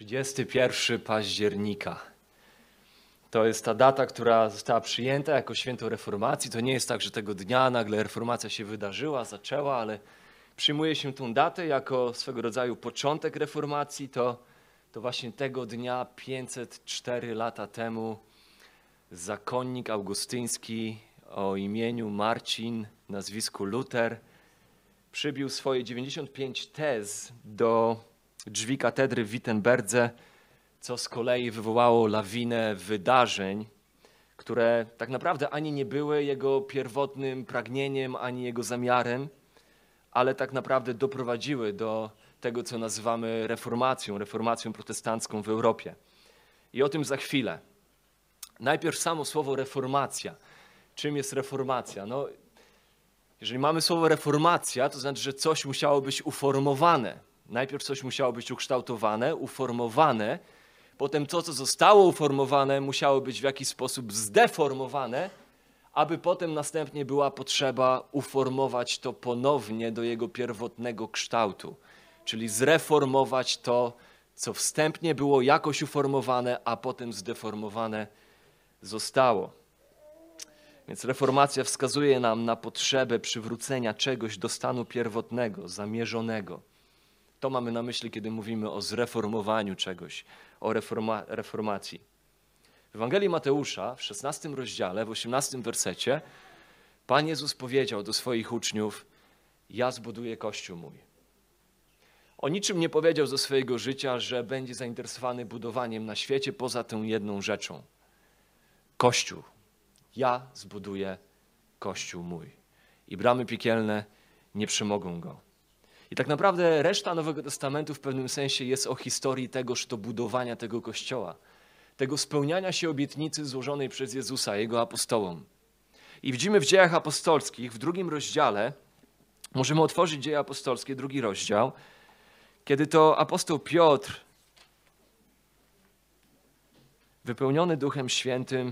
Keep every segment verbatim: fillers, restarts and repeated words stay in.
trzydziestego pierwszego października. To jest ta data, która została przyjęta jako święto reformacji. To nie jest tak, że tego dnia nagle reformacja się wydarzyła, zaczęła, ale przyjmuje się tą datę jako swego rodzaju początek reformacji. To, to właśnie tego dnia, pięćset cztery lata temu, zakonnik augustyński o imieniu Marcin, nazwisku Luter, przybił swoje dziewięćdziesiąt pięć tez do drzwi katedry w Wittenberdze, co z kolei wywołało lawinę wydarzeń, które tak naprawdę ani nie były jego pierwotnym pragnieniem, ani jego zamiarem, ale tak naprawdę doprowadziły do tego, co nazywamy reformacją, reformacją protestancką w Europie. I o tym za chwilę. Najpierw samo słowo reformacja. Czym jest reformacja? No, jeżeli mamy słowo reformacja, to znaczy, że coś musiało być uformowane. Najpierw coś musiało być ukształtowane, uformowane, potem to, co zostało uformowane, musiało być w jakiś sposób zdeformowane, aby potem następnie była potrzeba uformować to ponownie do jego pierwotnego kształtu, czyli zreformować to, co wstępnie było jakoś uformowane, a potem zdeformowane zostało. Więc reformacja wskazuje nam na potrzebę przywrócenia czegoś do stanu pierwotnego, zamierzonego. To mamy na myśli, kiedy mówimy o zreformowaniu czegoś, o reforma reformacji. W Ewangelii Mateusza w szesnastym rozdziale, w osiemnastym wersecie, Pan Jezus powiedział do swoich uczniów: ja zbuduję Kościół mój. O niczym nie powiedział ze swojego życia, że będzie zainteresowany budowaniem na świecie poza tą jedną rzeczą. Kościół. Ja zbuduję Kościół mój. I bramy piekielne nie przemogą go. I tak naprawdę reszta Nowego Testamentu w pewnym sensie jest o historii tegoż to budowania tego Kościoła, tego spełniania się obietnicy złożonej przez Jezusa, Jego apostołom. I widzimy w Dziejach Apostolskich, w drugim rozdziale, możemy otworzyć Dzieje Apostolskie, drugi rozdział, kiedy to apostoł Piotr, wypełniony Duchem Świętym,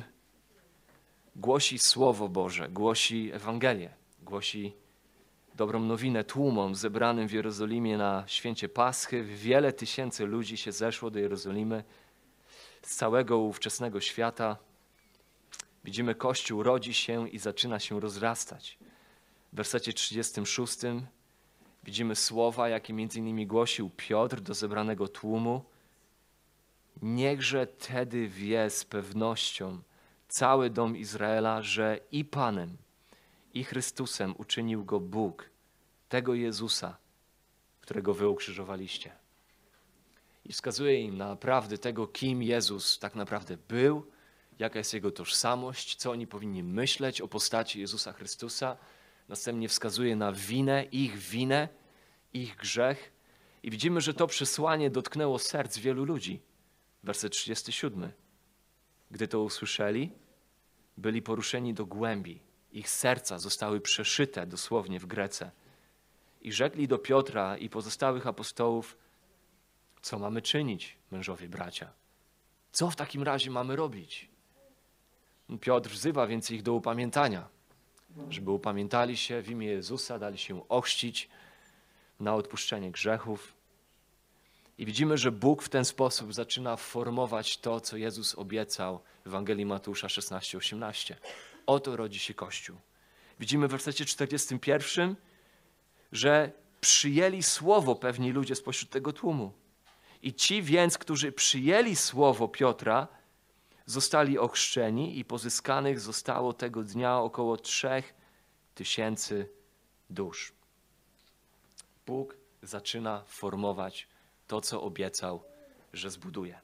głosi Słowo Boże, głosi Ewangelię, głosi dobrą nowinę tłumom zebranym w Jerozolimie na święcie Paschy. Wiele tysięcy ludzi się zeszło do Jerozolimy z całego ówczesnego świata. Widzimy, Kościół rodzi się i zaczyna się rozrastać. W wersecie trzydziestym szóstym widzimy słowa, jakie między innymi głosił Piotr do zebranego tłumu. Niechże tedy wie z pewnością cały dom Izraela, że i Panem, i Chrystusem uczynił go Bóg, tego Jezusa, którego wy ukrzyżowaliście. I wskazuje im na prawdę tego, kim Jezus tak naprawdę był, jaka jest jego tożsamość, co oni powinni myśleć o postaci Jezusa Chrystusa. Następnie wskazuje na winę, ich winę, ich grzech. I widzimy, że to przesłanie dotknęło serc wielu ludzi. Werset trzydziesty siódmy. Gdy to usłyszeli, byli poruszeni do głębi. Ich serca zostały przeszyte dosłownie w Grece. I rzekli do Piotra i pozostałych apostołów: co mamy czynić, mężowie bracia? Co w takim razie mamy robić? Piotr wzywa więc ich do upamiętania, żeby upamiętali się w imię Jezusa, dali się ochrzcić na odpuszczenie grzechów. I widzimy, że Bóg w ten sposób zaczyna formować to, co Jezus obiecał w Ewangelii Mateusza szesnaście osiemnaście. Oto rodzi się Kościół. Widzimy w wersecie czterdziestym pierwszym, że przyjęli słowo pewni ludzie spośród tego tłumu. I ci więc, którzy przyjęli słowo Piotra, zostali ochrzczeni i pozyskanych zostało tego dnia około trzech tysięcy dusz. Bóg zaczyna formować to, co obiecał, że zbuduje.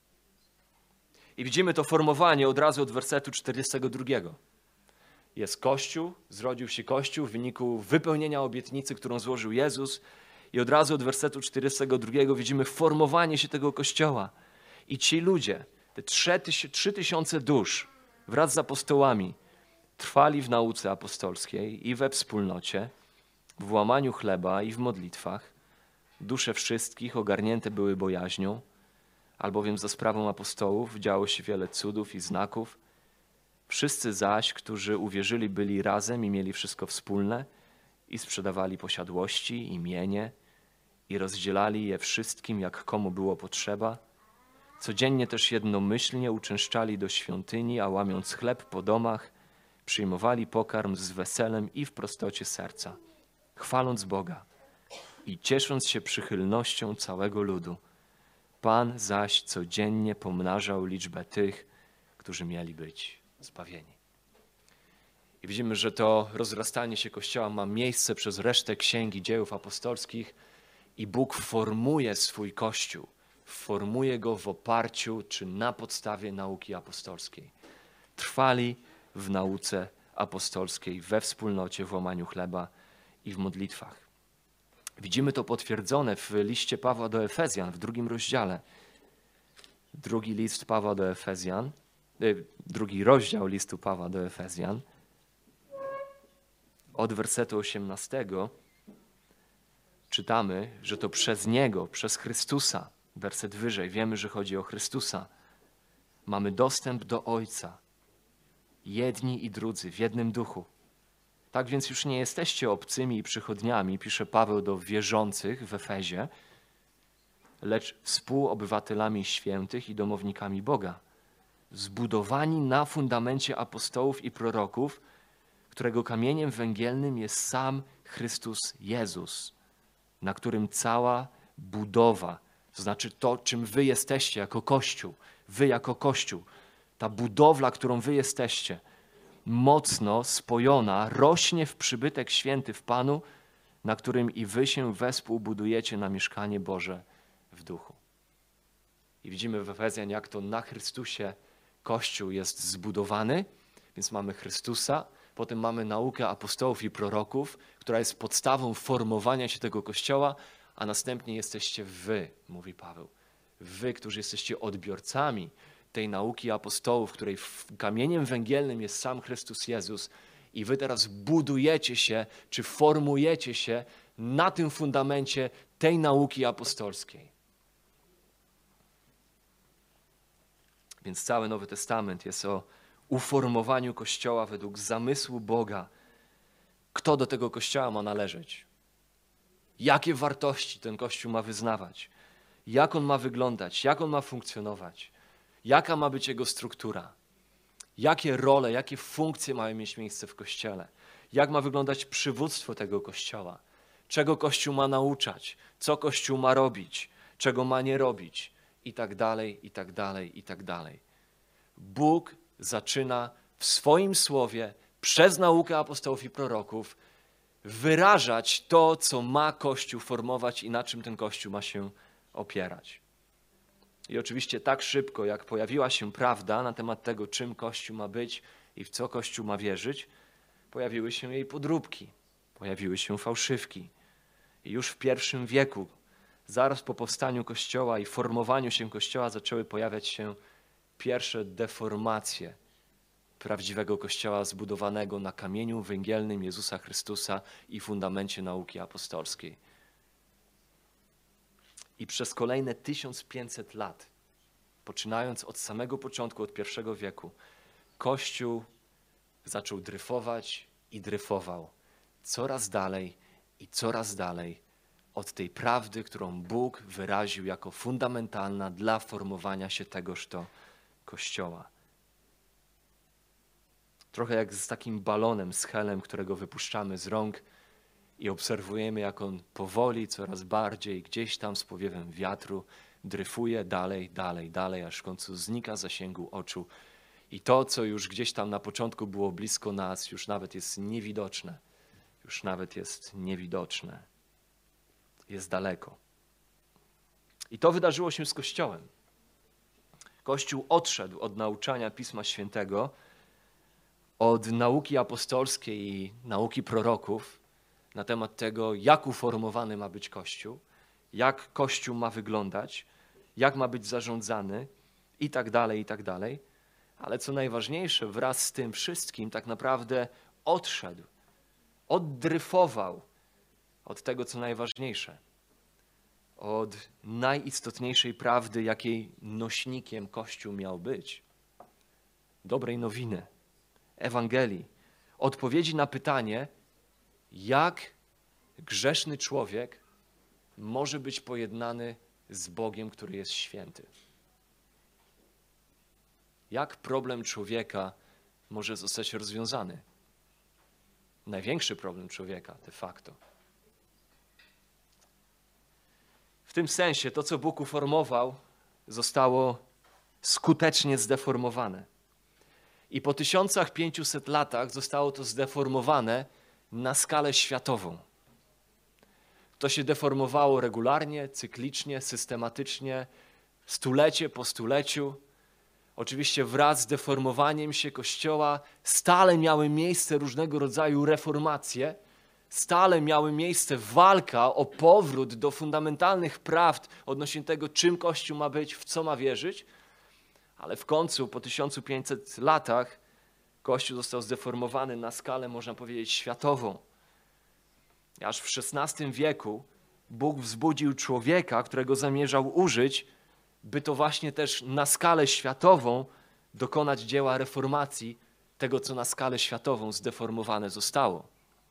I widzimy to formowanie od razu od wersetu czterdziestego drugiego. Jest Kościół, zrodził się Kościół w wyniku wypełnienia obietnicy, którą złożył Jezus. I od razu od wersetu czterdziestego drugiego widzimy formowanie się tego Kościoła. I ci ludzie, te trzy tysiące dusz wraz z apostołami trwali w nauce apostolskiej i we wspólnocie, w łamaniu chleba i w modlitwach. Dusze wszystkich ogarnięte były bojaźnią, albowiem za sprawą apostołów działo się wiele cudów i znaków. Wszyscy zaś, którzy uwierzyli, byli razem i mieli wszystko wspólne i sprzedawali posiadłości i mienie i rozdzielali je wszystkim, jak komu było potrzeba. Codziennie też jednomyślnie uczęszczali do świątyni, a łamiąc chleb po domach, przyjmowali pokarm z weselem i w prostocie serca, chwaląc Boga i ciesząc się przychylnością całego ludu. Pan zaś codziennie pomnażał liczbę tych, którzy mieli być zbawieni. I widzimy, że to rozrastanie się Kościoła ma miejsce przez resztę Księgi Dziejów Apostolskich i Bóg formuje swój Kościół. Formuje go w oparciu czy na podstawie nauki apostolskiej. Trwali w nauce apostolskiej, we wspólnocie, w łamaniu chleba i w modlitwach. Widzimy to potwierdzone w liście Pawła do Efezjan w drugim rozdziale. Drugi list Pawła do Efezjan, drugi rozdział listu Pawła do Efezjan, od wersetu osiemnastego czytamy, że to przez Niego, przez Chrystusa, werset wyżej, wiemy, że chodzi o Chrystusa, mamy dostęp do Ojca, jedni i drudzy w jednym duchu. Tak więc już nie jesteście obcymi i przychodniami, pisze Paweł do wierzących w Efezie, lecz współobywatelami świętych i domownikami Boga, zbudowani na fundamencie apostołów i proroków, którego kamieniem węgielnym jest sam Chrystus Jezus, na którym cała budowa, to znaczy to, czym wy jesteście jako Kościół, wy jako Kościół, ta budowla, którą wy jesteście, mocno spojona, rośnie w przybytek święty w Panu, na którym i wy się wespół budujecie na mieszkanie Boże w duchu. I widzimy w Efezjan, jak to na Chrystusie Kościół jest zbudowany, więc mamy Chrystusa, potem mamy naukę apostołów i proroków, która jest podstawą formowania się tego Kościoła, a następnie jesteście wy, mówi Paweł. Wy, którzy jesteście odbiorcami tej nauki apostołów, której kamieniem węgielnym jest sam Chrystus Jezus i wy teraz budujecie się, czy formujecie się na tym fundamencie tej nauki apostolskiej. Więc cały Nowy Testament jest o uformowaniu Kościoła według zamysłu Boga. Kto do tego Kościoła ma należeć? Jakie wartości ten Kościół ma wyznawać? Jak on ma wyglądać? Jak on ma funkcjonować? Jaka ma być jego struktura? Jakie role, jakie funkcje mają mieć miejsce w Kościele? Jak ma wyglądać przywództwo tego Kościoła? Czego Kościół ma nauczać? Co Kościół ma robić? Czego ma nie robić? I tak dalej, i tak dalej, i tak dalej. Bóg zaczyna w swoim słowie, przez naukę apostołów i proroków, wyrażać to, co ma Kościół formować i na czym ten Kościół ma się opierać. I oczywiście tak szybko, jak pojawiła się prawda na temat tego, czym Kościół ma być i w co Kościół ma wierzyć, pojawiły się jej podróbki, pojawiły się fałszywki. I już w pierwszym wieku, zaraz po powstaniu Kościoła i formowaniu się Kościoła, zaczęły pojawiać się pierwsze deformacje prawdziwego Kościoła zbudowanego na kamieniu węgielnym Jezusa Chrystusa i fundamencie nauki apostolskiej. I przez kolejne tysiąc pięćset lat, poczynając od samego początku, od pierwszego wieku, Kościół zaczął dryfować i dryfował coraz dalej i coraz dalej od tej prawdy, którą Bóg wyraził jako fundamentalna dla formowania się tegoż to Kościoła. Trochę jak z takim balonem, z helem, którego wypuszczamy z rąk i obserwujemy, jak on powoli, coraz bardziej, gdzieś tam z powiewem wiatru dryfuje dalej, dalej, dalej, aż w końcu znika z zasięgu oczu. I to, co już gdzieś tam na początku było blisko nas, już nawet jest niewidoczne. Już nawet jest niewidoczne. Jest daleko. I to wydarzyło się z Kościołem. Kościół odszedł od nauczania Pisma Świętego, od nauki apostolskiej i nauki proroków na temat tego, jak uformowany ma być Kościół, jak Kościół ma wyglądać, jak ma być zarządzany i tak dalej, i tak dalej. Ale co najważniejsze, wraz z tym wszystkim tak naprawdę odszedł, oddryfował od tego, co najważniejsze, od najistotniejszej prawdy, jakiej nośnikiem Kościół miał być. Dobrej nowiny, Ewangelii, odpowiedzi na pytanie, jak grzeszny człowiek może być pojednany z Bogiem, który jest święty. Jak problem człowieka może zostać rozwiązany? Największy problem człowieka de facto. W tym sensie to, co Bóg uformował, zostało skutecznie zdeformowane. I po tysiącach pięciuset latach zostało to zdeformowane na skalę światową. To się deformowało regularnie, cyklicznie, systematycznie, stulecie po stuleciu. Oczywiście wraz z deformowaniem się Kościoła stale miały miejsce różnego rodzaju reformacje, stale miały miejsce walka o powrót do fundamentalnych prawd odnośnie tego, czym Kościół ma być, w co ma wierzyć, ale w końcu po tysiącu pięciuset latach Kościół został zdeformowany na skalę, można powiedzieć, światową. Aż w szesnastym wieku Bóg wzbudził człowieka, którego zamierzał użyć, by to właśnie też na skalę światową dokonać dzieła reformacji tego, co na skalę światową zdeformowane zostało.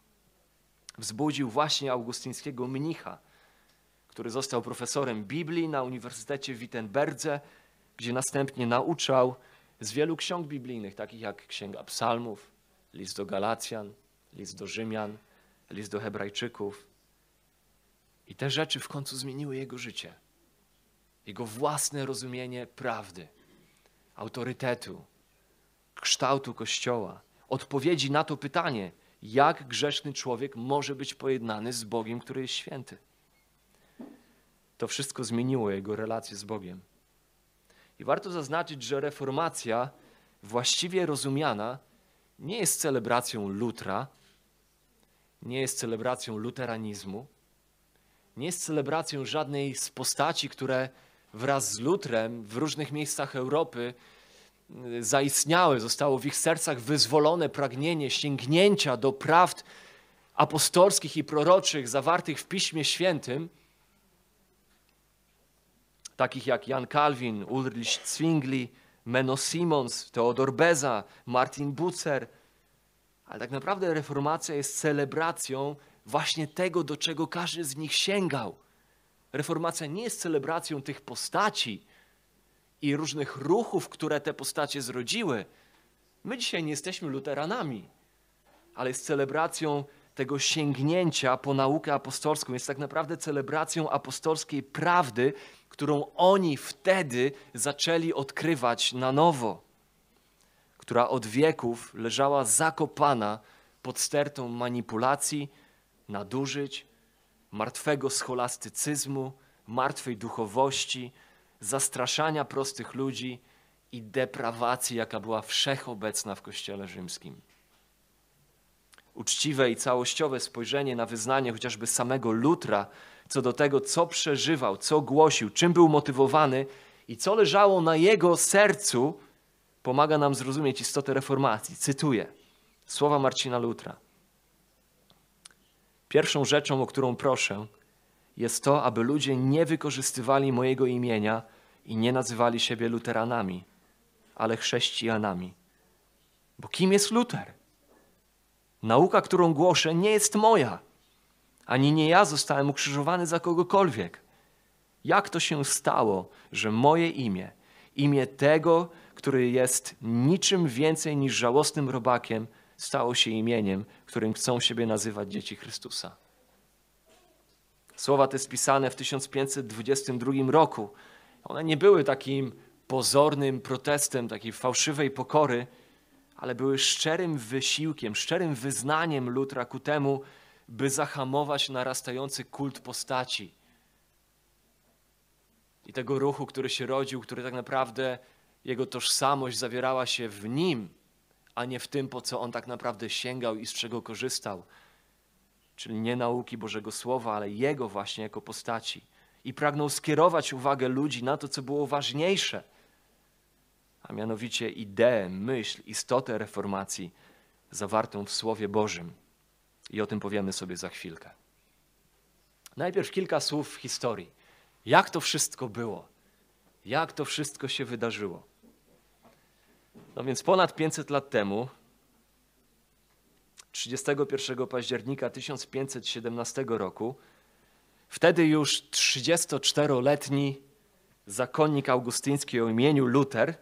Wzbudził właśnie augustyńskiego mnicha, który został profesorem Biblii na Uniwersytecie w Wittenberdze, gdzie następnie nauczał z wielu ksiąg biblijnych, takich jak Księga Psalmów, list do Galacjan, list do Rzymian, list do Hebrajczyków. I te rzeczy w końcu zmieniły jego życie. Jego własne rozumienie prawdy, autorytetu, kształtu Kościoła, odpowiedzi na to pytanie, jak grzeszny człowiek może być pojednany z Bogiem, który jest święty. To wszystko zmieniło jego relacje z Bogiem. I warto zaznaczyć, że reformacja właściwie rozumiana nie jest celebracją Lutra, nie jest celebracją luteranizmu, nie jest celebracją żadnej z postaci, które wraz z Lutrem w różnych miejscach Europy zaistniały, zostało w ich sercach wyzwolone pragnienie sięgnięcia do prawd apostolskich i proroczych zawartych w Piśmie Świętym, takich jak Jan Kalwin, Ulrich Zwingli, Menno Simons, Theodor Beza, Martin Bucer. Ale tak naprawdę reformacja jest celebracją właśnie tego, do czego każdy z nich sięgał. Reformacja nie jest celebracją tych postaci i różnych ruchów, które te postacie zrodziły. My dzisiaj nie jesteśmy luteranami, ale jest celebracją tego sięgnięcia po naukę apostolską. Jest tak naprawdę celebracją apostolskiej prawdy, którą oni wtedy zaczęli odkrywać na nowo, która od wieków leżała zakopana pod stertą manipulacji, nadużyć, martwego scholastycyzmu, martwej duchowości, zastraszania prostych ludzi i deprawacji, jaka była wszechobecna w Kościele rzymskim. Uczciwe i całościowe spojrzenie na wyznanie chociażby samego Lutra co do tego, co przeżywał, co głosił, czym był motywowany i co leżało na jego sercu, pomaga nam zrozumieć istotę reformacji. Cytuję słowa Marcina Lutra. Pierwszą rzeczą, o którą proszę, jest to, aby ludzie nie wykorzystywali mojego imienia i nie nazywali siebie luteranami, ale chrześcijanami. Bo kim jest Luter? Nauka, którą głoszę, nie jest moja. Ani nie ja zostałem ukrzyżowany za kogokolwiek. Jak to się stało, że moje imię, imię tego, który jest niczym więcej niż żałosnym robakiem, stało się imieniem, którym chcą siebie nazywać dzieci Chrystusa? Słowa te spisane w tysiąc pięćset dwudziestym drugim roku. One nie były takim pozornym protestem, takiej fałszywej pokory, ale były szczerym wysiłkiem, szczerym wyznaniem Lutra ku temu, by zahamować narastający kult postaci i tego ruchu, który się rodził, który tak naprawdę jego tożsamość zawierała się w nim, a nie w tym, po co on tak naprawdę sięgał i z czego korzystał. Czyli nie nauki Bożego Słowa, ale jego właśnie jako postaci. I pragnął skierować uwagę ludzi na to, co było ważniejsze, a mianowicie ideę, myśl, istotę reformacji zawartą w Słowie Bożym. I o tym powiemy sobie za chwilkę. Najpierw kilka słów w historii. Jak to wszystko było? Jak to wszystko się wydarzyło? No więc ponad pięćset lat temu, trzydziestego pierwszego października tysiąc pięćset siedemnastego roku, wtedy już trzydziestoczteroletni zakonnik augustyński o imieniu Luter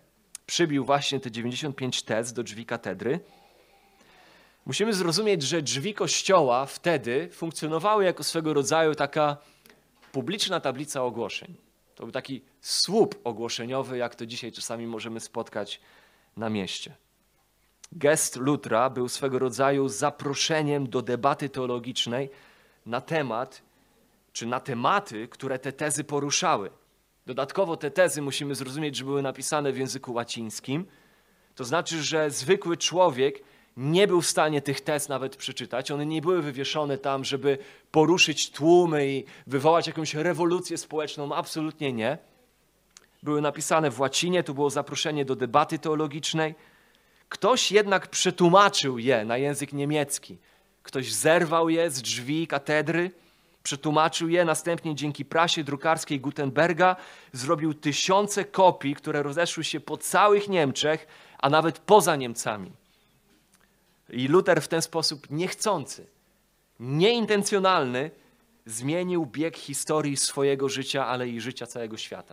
przybił właśnie te dziewięćdziesiąt pięć tez do drzwi katedry, musimy zrozumieć, że drzwi kościoła wtedy funkcjonowały jako swego rodzaju taka publiczna tablica ogłoszeń. To był taki słup ogłoszeniowy, jak to dzisiaj czasami możemy spotkać na mieście. Gest Lutra był swego rodzaju zaproszeniem do debaty teologicznej na temat, czy na tematy, które te tezy poruszały. Dodatkowo te tezy musimy zrozumieć, że były napisane w języku łacińskim. To znaczy, że zwykły człowiek nie był w stanie tych tez nawet przeczytać. One nie były wywieszone tam, żeby poruszyć tłumy i wywołać jakąś rewolucję społeczną. Absolutnie nie. Były napisane w łacinie, tu było zaproszenie do debaty teologicznej. Ktoś jednak przetłumaczył je na język niemiecki. Ktoś zerwał je z drzwi katedry, przetłumaczył je, następnie dzięki prasie drukarskiej Gutenberga zrobił tysiące kopii, które rozeszły się po całych Niemczech, a nawet poza Niemcami. I Luter w ten sposób niechcący, nieintencjonalny zmienił bieg historii swojego życia, ale i życia całego świata.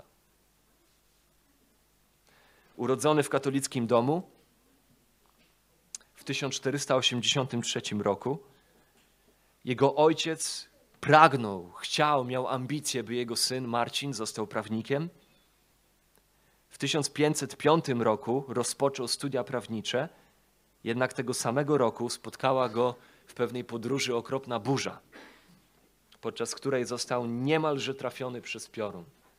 Urodzony w katolickim domu w tysiąc czterysta osiemdziesiątym trzecim roku, jego ojciec pragnął, chciał, miał ambicje, by jego syn Marcin został prawnikiem. W tysiąc pięćset piątym roku rozpoczął studia prawnicze, jednak tego samego roku spotkała go w pewnej podróży okropna burza, podczas której został niemalże trafiony przez piorun.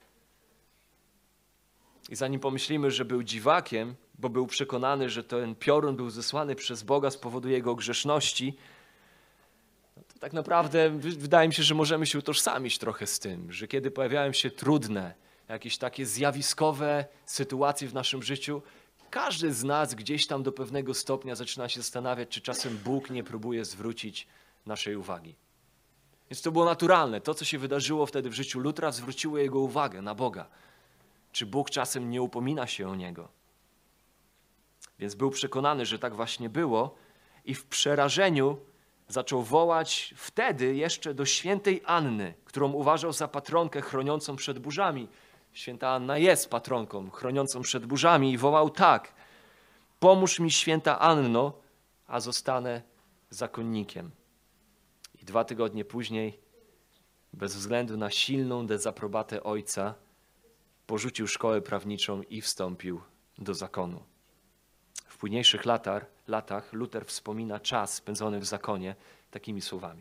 I zanim pomyślimy, że był dziwakiem, bo był przekonany, że ten piorun był zesłany przez Boga z powodu jego grzeszności, no to tak naprawdę wydaje mi się, że możemy się utożsamić trochę z tym, że kiedy pojawiają się trudne, jakieś takie zjawiskowe sytuacje w naszym życiu, każdy z nas gdzieś tam do pewnego stopnia zaczyna się zastanawiać, czy czasem Bóg nie próbuje zwrócić naszej uwagi. Więc to było naturalne. To, co się wydarzyło wtedy w życiu Lutra, zwróciło jego uwagę na Boga. Czy Bóg czasem nie upomina się o niego? Więc był przekonany, że tak właśnie było i w przerażeniu zaczął wołać wtedy jeszcze do świętej Anny, którą uważał za patronkę chroniącą przed burzami. Święta Anna jest patronką chroniącą przed burzami i wołał tak: pomóż mi, święta Anno, a zostanę zakonnikiem. I dwa tygodnie później, bez względu na silną dezaprobatę ojca, porzucił szkołę prawniczą i wstąpił do zakonu. W późniejszych latach, latach Luter wspomina czas spędzony w zakonie takimi słowami.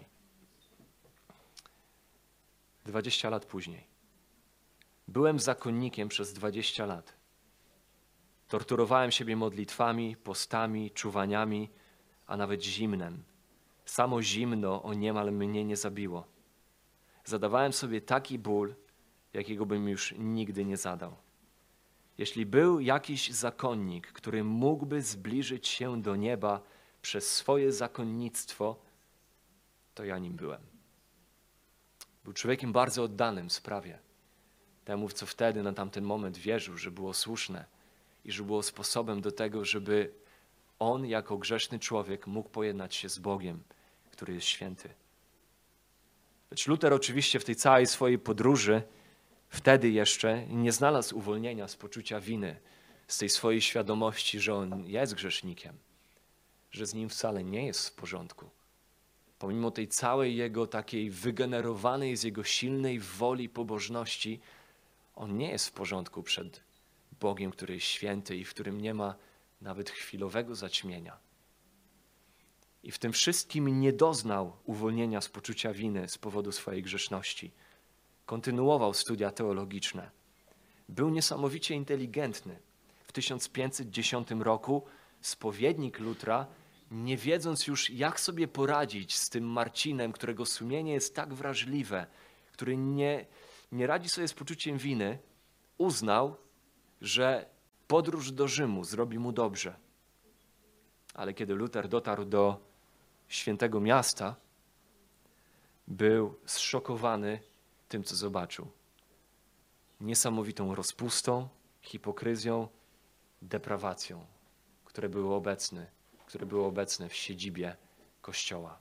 Dwadzieścia lat później. Byłem zakonnikiem przez dwadzieścia lat. Torturowałem siebie modlitwami, postami, czuwaniami, a nawet zimnem. Samo zimno o niemal mnie nie zabiło. Zadawałem sobie taki ból, jakiego bym już nigdy nie zadał. Jeśli był jakiś zakonnik, który mógłby zbliżyć się do nieba przez swoje zakonnictwo, to ja nim byłem. Był człowiekiem bardzo oddanym sprawie. Temu, w co wtedy na tamten moment wierzył, że było słuszne i że było sposobem do tego, żeby on jako grzeszny człowiek mógł pojednać się z Bogiem, który jest święty. Lecz Luter oczywiście w tej całej swojej podróży wtedy jeszcze nie znalazł uwolnienia z poczucia winy, z tej swojej świadomości, że on jest grzesznikiem, że z nim wcale nie jest w porządku. Pomimo tej całej jego takiej wygenerowanej z jego silnej woli pobożności, on nie jest w porządku przed Bogiem, który jest święty i w którym nie ma nawet chwilowego zaćmienia. I w tym wszystkim nie doznał uwolnienia z poczucia winy z powodu swojej grzeszności. Kontynuował studia teologiczne. Był niesamowicie inteligentny. W tysiąc pięćset dziesiątym roku spowiednik Lutra, nie wiedząc już, jak sobie poradzić z tym Marcinem, którego sumienie jest tak wrażliwe, który nie, nie radzi sobie z poczuciem winy, uznał, że podróż do Rzymu zrobi mu dobrze. Ale kiedy Luter dotarł do świętego miasta, był zszokowany tym, co zobaczył. Niesamowitą rozpustą, hipokryzją, deprawacją, które były obecne, które były obecne w siedzibie Kościoła.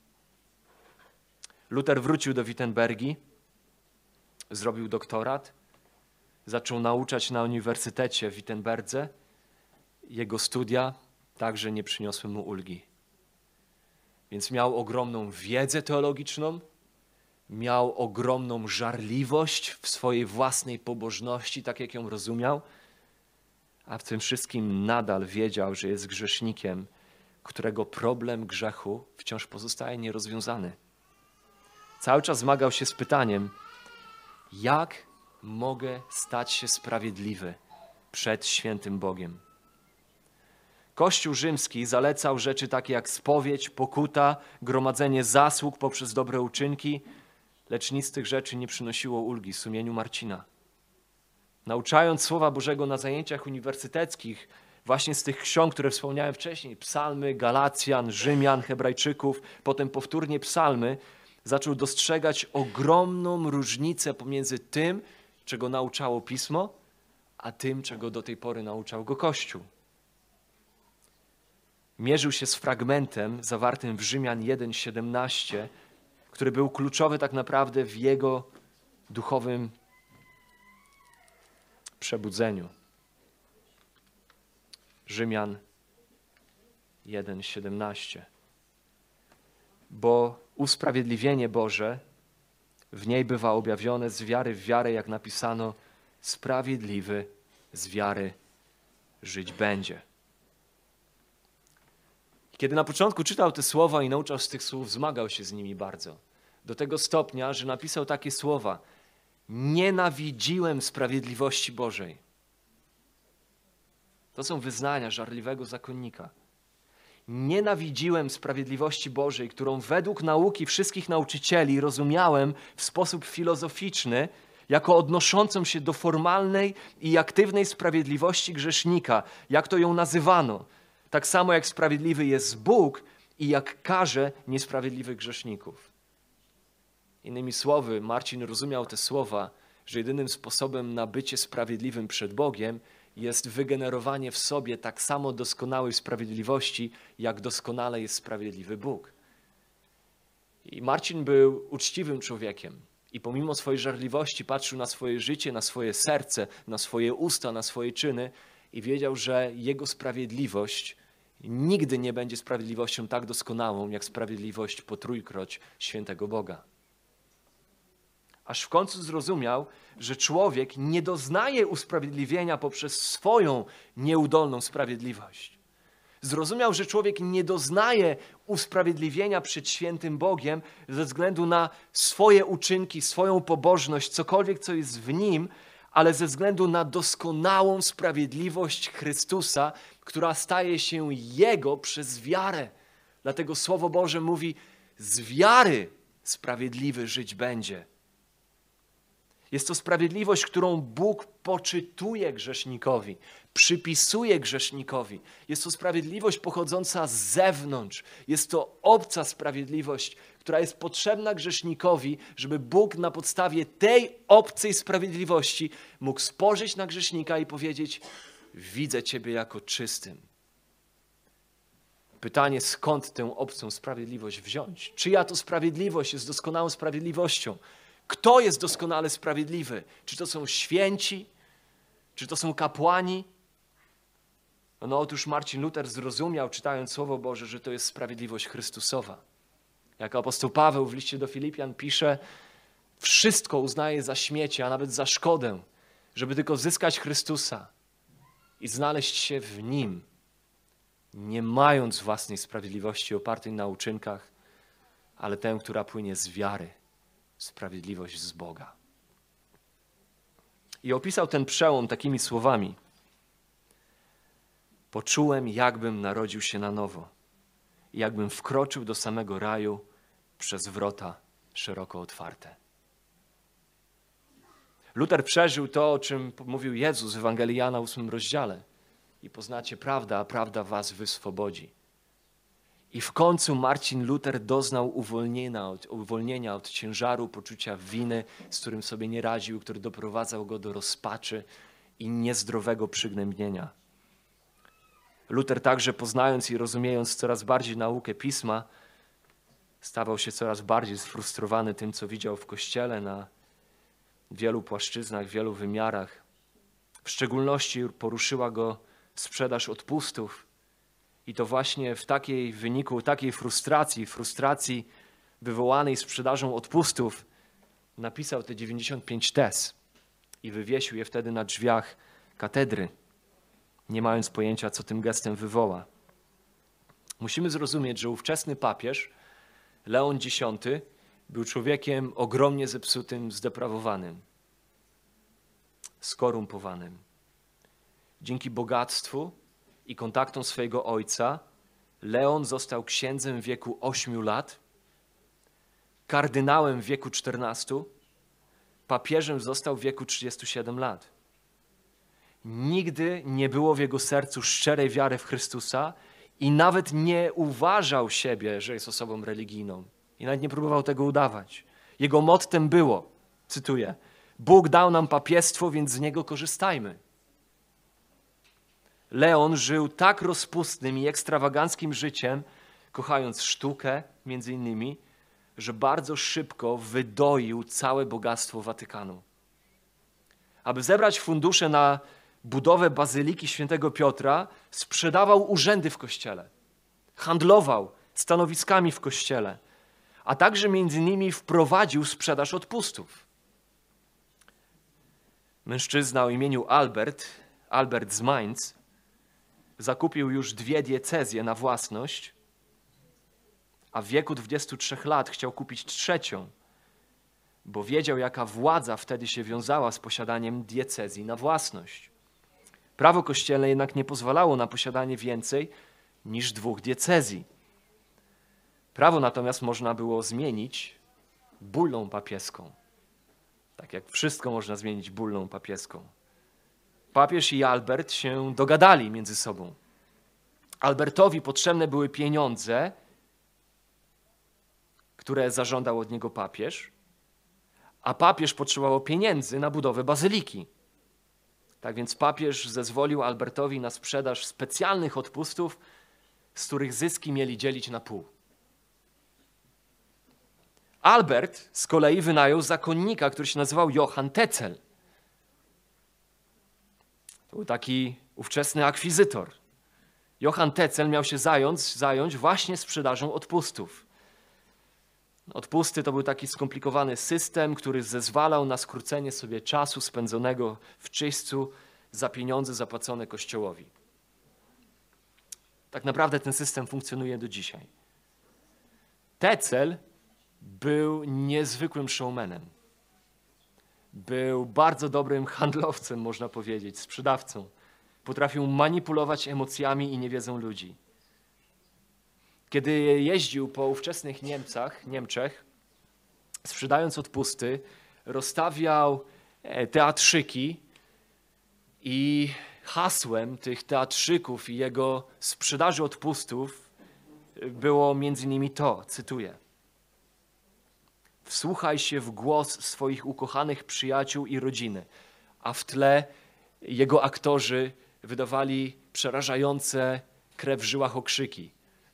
Luter wrócił do Wittenbergi, zrobił doktorat, zaczął nauczać na uniwersytecie w Wittenberdze, jego studia także nie przyniosły mu ulgi. Więc miał ogromną wiedzę teologiczną, miał ogromną żarliwość w swojej własnej pobożności, tak jak ją rozumiał, a w tym wszystkim nadal wiedział, że jest grzesznikiem, którego problem grzechu wciąż pozostaje nierozwiązany. Cały czas zmagał się z pytaniem, jak mogę stać się sprawiedliwy przed świętym Bogiem. Kościół rzymski zalecał rzeczy takie jak spowiedź, pokuta, gromadzenie zasług poprzez dobre uczynki, lecz nic z tych rzeczy nie przynosiło ulgi sumieniu Marcina. Nauczając Słowa Bożego na zajęciach uniwersyteckich, właśnie z tych ksiąg, które wspomniałem wcześniej, psalmy, Galacjan, Rzymian, Hebrajczyków, potem powtórnie psalmy, zaczął dostrzegać ogromną różnicę pomiędzy tym, czego nauczało Pismo, a tym, czego do tej pory nauczał go Kościół. Mierzył się z fragmentem zawartym w Rzymian jeden siedemnaście, który był kluczowy tak naprawdę w jego duchowym przebudzeniu. Rzymian jeden siedemnaście. Bo usprawiedliwienie Boże w niej bywa objawione z wiary w wiarę, jak napisano, sprawiedliwy z wiary żyć będzie. Kiedy na początku czytał te słowa i nauczał z tych słów, zmagał się z nimi bardzo. Do tego stopnia, że napisał takie słowa: nienawidziłem sprawiedliwości Bożej. To są wyznania żarliwego zakonnika. Nienawidziłem sprawiedliwości Bożej, którą według nauki wszystkich nauczycieli rozumiałem w sposób filozoficzny, jako odnoszącą się do formalnej i aktywnej sprawiedliwości grzesznika, jak to ją nazywano. Tak samo jak sprawiedliwy jest Bóg i jak karze niesprawiedliwych grzeszników. Innymi słowy, Marcin rozumiał te słowa, że jedynym sposobem na bycie sprawiedliwym przed Bogiem jest wygenerowanie w sobie tak samo doskonałej sprawiedliwości, jak doskonale jest sprawiedliwy Bóg. I Marcin był uczciwym człowiekiem i pomimo swojej żarliwości patrzył na swoje życie, na swoje serce, na swoje usta, na swoje czyny i wiedział, że jego sprawiedliwość nigdy nie będzie sprawiedliwością tak doskonałą, jak sprawiedliwość po trójkroć świętego Boga. Aż w końcu zrozumiał, że człowiek nie doznaje usprawiedliwienia poprzez swoją nieudolną sprawiedliwość. Zrozumiał, że człowiek nie doznaje usprawiedliwienia przed świętym Bogiem ze względu na swoje uczynki, swoją pobożność, cokolwiek, co jest w nim, ale ze względu na doskonałą sprawiedliwość Chrystusa, która staje się Jego przez wiarę. Dlatego Słowo Boże mówi, z wiary sprawiedliwy żyć będzie. Jest to sprawiedliwość, którą Bóg poczytuje grzesznikowi, przypisuje grzesznikowi. Jest to sprawiedliwość pochodząca z zewnątrz. Jest to obca sprawiedliwość, która jest potrzebna grzesznikowi, żeby Bóg na podstawie tej obcej sprawiedliwości mógł spojrzeć na grzesznika i powiedzieć: widzę Ciebie jako czystym. Pytanie, skąd tę obcą sprawiedliwość wziąć? Czyja to sprawiedliwość jest doskonałą sprawiedliwością? Kto jest doskonale sprawiedliwy? Czy to są święci? Czy to są kapłani? No otóż Marcin Luther zrozumiał, czytając Słowo Boże, że to jest sprawiedliwość Chrystusowa. Jak apostoł Paweł w liście do Filipian pisze, wszystko uznaje za śmiecie, a nawet za szkodę, żeby tylko zyskać Chrystusa i znaleźć się w Nim, nie mając własnej sprawiedliwości opartej na uczynkach, ale tę, która płynie z wiary. Sprawiedliwość z Boga. I opisał ten przełom takimi słowami. Poczułem, jakbym narodził się na nowo, jakbym wkroczył do samego raju przez wrota szeroko otwarte. Luther przeżył to, o czym mówił Jezus w Ewangelii Jana w ósmym rozdziale. I poznacie prawdę, a prawda was wyswobodzi. I w końcu Marcin Luther doznał uwolnienia od, uwolnienia od ciężaru poczucia winy, z którym sobie nie radził, który doprowadzał go do rozpaczy i niezdrowego przygnębienia. Luther także, poznając i rozumiejąc coraz bardziej naukę Pisma, stawał się coraz bardziej sfrustrowany tym, co widział w Kościele na wielu płaszczyznach, w wielu wymiarach. W szczególności poruszyła go sprzedaż odpustów. I to właśnie w takiej w wyniku takiej frustracji, frustracji wywołanej sprzedażą odpustów, napisał te dziewięćdziesiąt pięć tez i wywiesił je wtedy na drzwiach katedry, nie mając pojęcia, co tym gestem wywoła. Musimy zrozumieć, że ówczesny papież, Leon Dziesiąty, był człowiekiem ogromnie zepsutym, zdeprawowanym, skorumpowanym. Dzięki bogactwu i kontaktom swojego ojca Leon został księdzem w wieku ośmiu lat, kardynałem w wieku czternastu, papieżem został w wieku trzydziestu siedmiu lat. Nigdy nie było w jego sercu szczerej wiary w Chrystusa i nawet nie uważał siebie, że jest osobą religijną. I nawet nie próbował tego udawać. Jego mottem było, cytuję, Bóg dał nam papiestwo, więc z niego korzystajmy. Leon żył tak rozpustnym i ekstrawaganckim życiem, kochając sztukę między innymi, że bardzo szybko wydoił całe bogactwo Watykanu. Aby zebrać fundusze na budowę Bazyliki Świętego Piotra, sprzedawał urzędy w kościele, handlował stanowiskami w kościele, a także między innymi wprowadził sprzedaż odpustów. Mężczyzna o imieniu Albert, Albert z Mainz, zakupił już dwie diecezje na własność, a w wieku dwudziestu trzech lat chciał kupić trzecią, bo wiedział, jaka władza wtedy się wiązała z posiadaniem diecezji na własność. Prawo kościelne jednak nie pozwalało na posiadanie więcej niż dwóch diecezji. Prawo natomiast można było zmienić bullą papieską. Tak jak wszystko można zmienić bullą papieską. Papież i Albert się dogadali między sobą. Albertowi potrzebne były pieniądze, które zażądał od niego papież, a papież potrzebował pieniędzy na budowę bazyliki. Tak więc papież zezwolił Albertowi na sprzedaż specjalnych odpustów, z których zyski mieli dzielić na pół. Albert z kolei wynajął zakonnika, który się nazywał Johann Tetzel. To był taki ówczesny akwizytor. Johann Tetzel miał się zająć, zająć właśnie sprzedażą odpustów. Odpusty to był taki skomplikowany system, który zezwalał na skrócenie sobie czasu spędzonego w czyśćcu za pieniądze zapłacone Kościołowi. Tak naprawdę ten system funkcjonuje do dzisiaj. Tetzel był niezwykłym showmanem. Był bardzo dobrym handlowcem, można powiedzieć, sprzedawcą. Potrafił manipulować emocjami i niewiedzą ludzi. Kiedy jeździł po ówczesnych Niemcach, Niemczech, sprzedając odpusty, rozstawiał teatrzyki i hasłem tych teatrzyków i jego sprzedaży odpustów było między innymi to, cytuję: wsłuchaj się w głos swoich ukochanych przyjaciół i rodziny, a w tle jego aktorzy wydawali przerażające krew w żyłach okrzyki.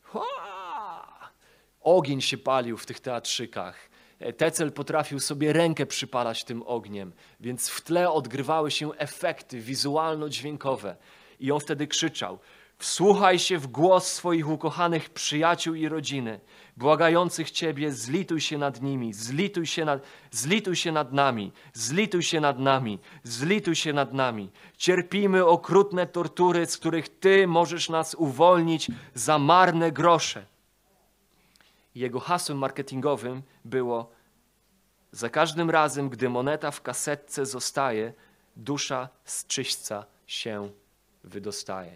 Ogień się palił w tych teatrzykach. Tetzel potrafił sobie rękę przypalać tym ogniem, więc w tle odgrywały się efekty wizualno-dźwiękowe. I on wtedy krzyczał: wsłuchaj się w głos swoich ukochanych przyjaciół i rodziny, błagających Ciebie, zlituj się nad nimi, zlituj się nad, zlituj się nad nami, zlituj się nad nami, zlituj się nad nami. Cierpimy okrutne tortury, z których Ty możesz nas uwolnić za marne grosze. Jego hasłem marketingowym było: za każdym razem, gdy moneta w kasetce zostaje, dusza z czyśćca się wydostaje.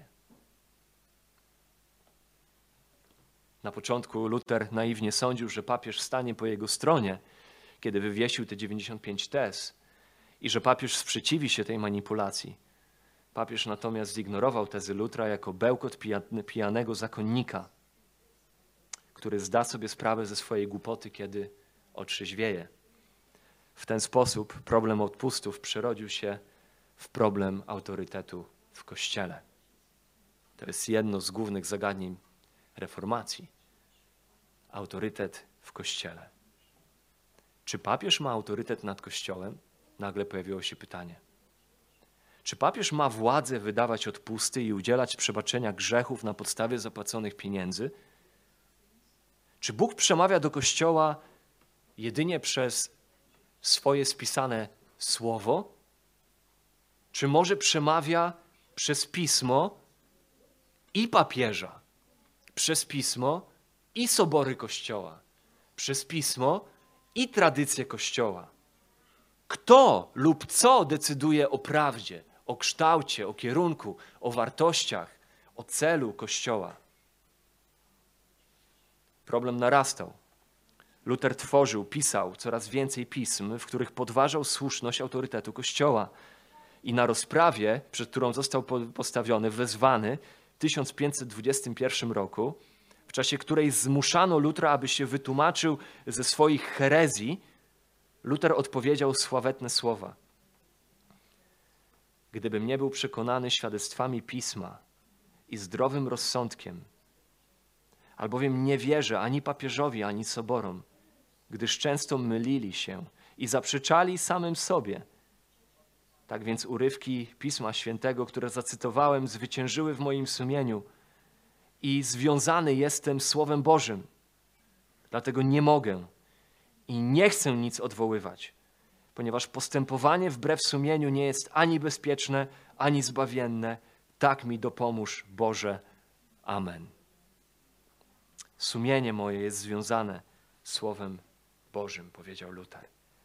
Na początku Luter naiwnie sądził, że papież stanie po jego stronie, kiedy wywiesił te dziewięćdziesiąt pięć tez i że papież sprzeciwi się tej manipulacji. Papież natomiast zignorował tezy Lutra jako bełkot pijanego zakonnika, który zda sobie sprawę ze swojej głupoty, kiedy otrzeźwieje. W ten sposób problem odpustów przerodził się w problem autorytetu w Kościele. To jest jedno z głównych zagadnień reformacji. Autorytet w Kościele. Czy papież ma autorytet nad Kościołem? Nagle pojawiło się pytanie. Czy papież ma władzę wydawać odpusty i udzielać przebaczenia grzechów na podstawie zapłaconych pieniędzy? Czy Bóg przemawia do Kościoła jedynie przez swoje spisane słowo? Czy może przemawia przez Pismo i papieża, przez Pismo i sobory Kościoła, przez Pismo i tradycję Kościoła? Kto lub co decyduje o prawdzie, o kształcie, o kierunku, o wartościach, o celu Kościoła? Problem narastał. Luter tworzył, pisał coraz więcej pism, w których podważał słuszność autorytetu Kościoła. I na rozprawie, przed którą został postawiony, wezwany w tysiąc pięćset dwudziestym pierwszym roku, w czasie której zmuszano Lutera, aby się wytłumaczył ze swoich herezji, Luter odpowiedział sławetne słowa. Gdybym nie był przekonany świadectwami Pisma i zdrowym rozsądkiem, albowiem nie wierzę ani papieżowi, ani soborom, gdyż często mylili się i zaprzeczali samym sobie. Tak więc urywki Pisma Świętego, które zacytowałem, zwyciężyły w moim sumieniu i związany jestem Słowem Bożym. Dlatego nie mogę i nie chcę nic odwoływać, ponieważ postępowanie wbrew sumieniu nie jest ani bezpieczne, ani zbawienne. Tak mi dopomóż, Boże. Amen. Sumienie moje jest związane Słowem Bożym, powiedział Luter.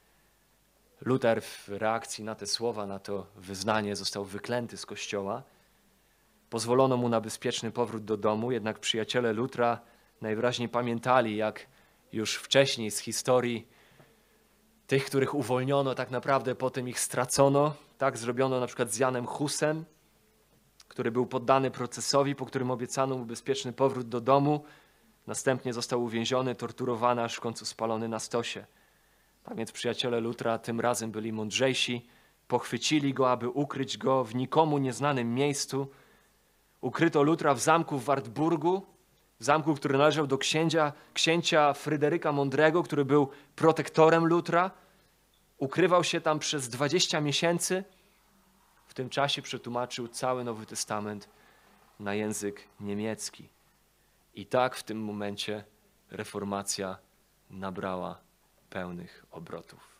Luter w reakcji na te słowa, na to wyznanie został wyklęty z kościoła. Pozwolono mu na bezpieczny powrót do domu, jednak przyjaciele Lutera najwyraźniej pamiętali, jak już wcześniej z historii tych, których uwolniono, tak naprawdę potem ich stracono. Tak zrobiono na przykład z Janem Husem, który był poddany procesowi, po którym obiecano mu bezpieczny powrót do domu. Następnie został uwięziony, torturowany, aż w końcu spalony na stosie. Tak więc przyjaciele Lutera tym razem byli mądrzejsi, pochwycili go, aby ukryć go w nikomu nieznanym miejscu. Ukryto Lutera w zamku w Wartburgu, w zamku, który należał do księcia, księcia Fryderyka Mądrego, który był protektorem Lutera. Ukrywał się tam przez dwadzieścia miesięcy. W tym czasie przetłumaczył cały Nowy Testament na język niemiecki. I tak w tym momencie reformacja nabrała pełnych obrotów.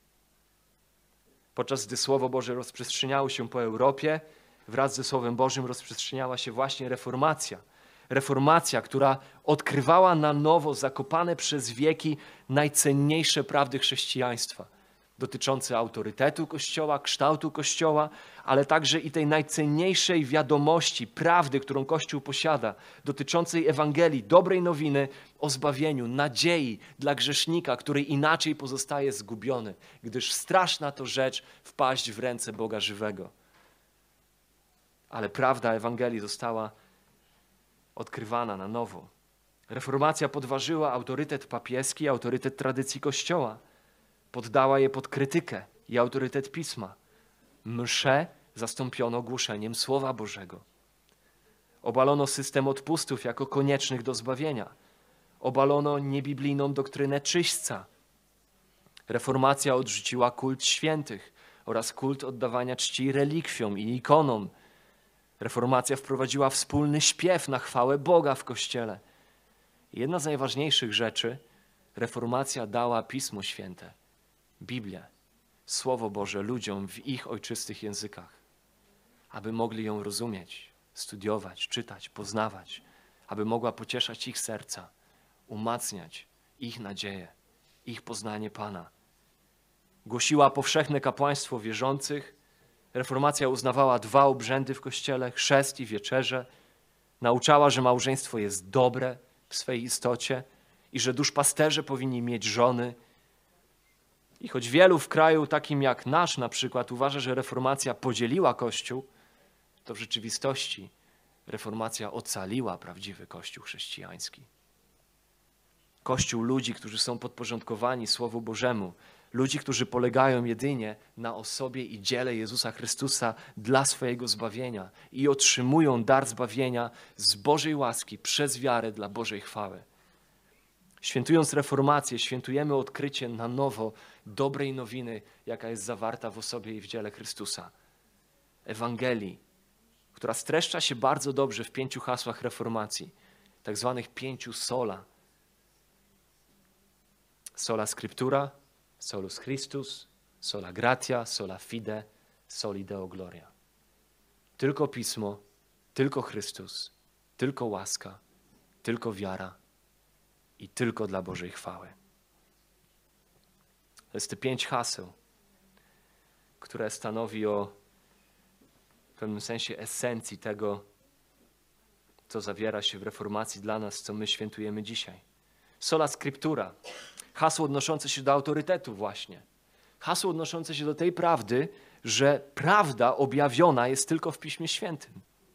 Podczas gdy Słowo Boże rozprzestrzeniało się po Europie, wraz ze Słowem Bożym rozprzestrzeniała się właśnie reformacja. Reformacja, która odkrywała na nowo zakopane przez wieki najcenniejsze prawdy chrześcijaństwa, dotyczące autorytetu Kościoła, kształtu Kościoła, ale także i tej najcenniejszej wiadomości, prawdy, którą Kościół posiada, dotyczącej Ewangelii, dobrej nowiny o zbawieniu, nadziei dla grzesznika, który inaczej pozostaje zgubiony, gdyż straszna to rzecz wpaść w ręce Boga żywego. Ale prawda Ewangelii została odkrywana na nowo. Reformacja podważyła autorytet papieski, autorytet tradycji Kościoła. Poddała je pod krytykę i autorytet Pisma. Msze zastąpiono głoszeniem Słowa Bożego. Obalono system odpustów jako koniecznych do zbawienia. Obalono niebiblijną doktrynę czyśćca. Reformacja odrzuciła kult świętych oraz kult oddawania czci relikwiom i ikonom. Reformacja wprowadziła wspólny śpiew na chwałę Boga w Kościele. Jedna z najważniejszych rzeczy, reformacja dała Pismo Święte, Biblię, Słowo Boże ludziom w ich ojczystych językach, aby mogli ją rozumieć, studiować, czytać, poznawać, aby mogła pocieszać ich serca, umacniać ich nadzieję, ich poznanie Pana. Głosiła powszechne kapłaństwo wierzących. Reformacja uznawała dwa obrzędy w Kościele, chrzest i wieczerze. Nauczała, że małżeństwo jest dobre w swej istocie i że duszpasterze powinni mieć żony. I choć wielu w kraju takim jak nasz na przykład uważa, że reformacja podzieliła Kościół, to w rzeczywistości reformacja ocaliła prawdziwy Kościół chrześcijański. Kościół ludzi, którzy są podporządkowani Słowu Bożemu, ludzi, którzy polegają jedynie na osobie i dziele Jezusa Chrystusa dla swojego zbawienia i otrzymują dar zbawienia z Bożej łaski przez wiarę dla Bożej chwały. Świętując reformację, świętujemy odkrycie na nowo dobrej nowiny, jaka jest zawarta w osobie i w dziele Chrystusa. Ewangelii, która streszcza się bardzo dobrze w pięciu hasłach reformacji, tak zwanych pięciu sola. Sola Scriptura, solus Christus, sola gratia, sola fide, soli Deo gloria. Tylko Pismo, tylko Chrystus, tylko łaska, tylko wiara i tylko dla Bożej chwały. To jest te pięć haseł, które stanowi o w pewnym sensie esencji tego, co zawiera się w reformacji dla nas, co my świętujemy dzisiaj. Sola Scriptura, hasło odnoszące się do autorytetu właśnie. Hasło odnoszące się do tej prawdy, że prawda objawiona jest tylko w Piśmie Świętym.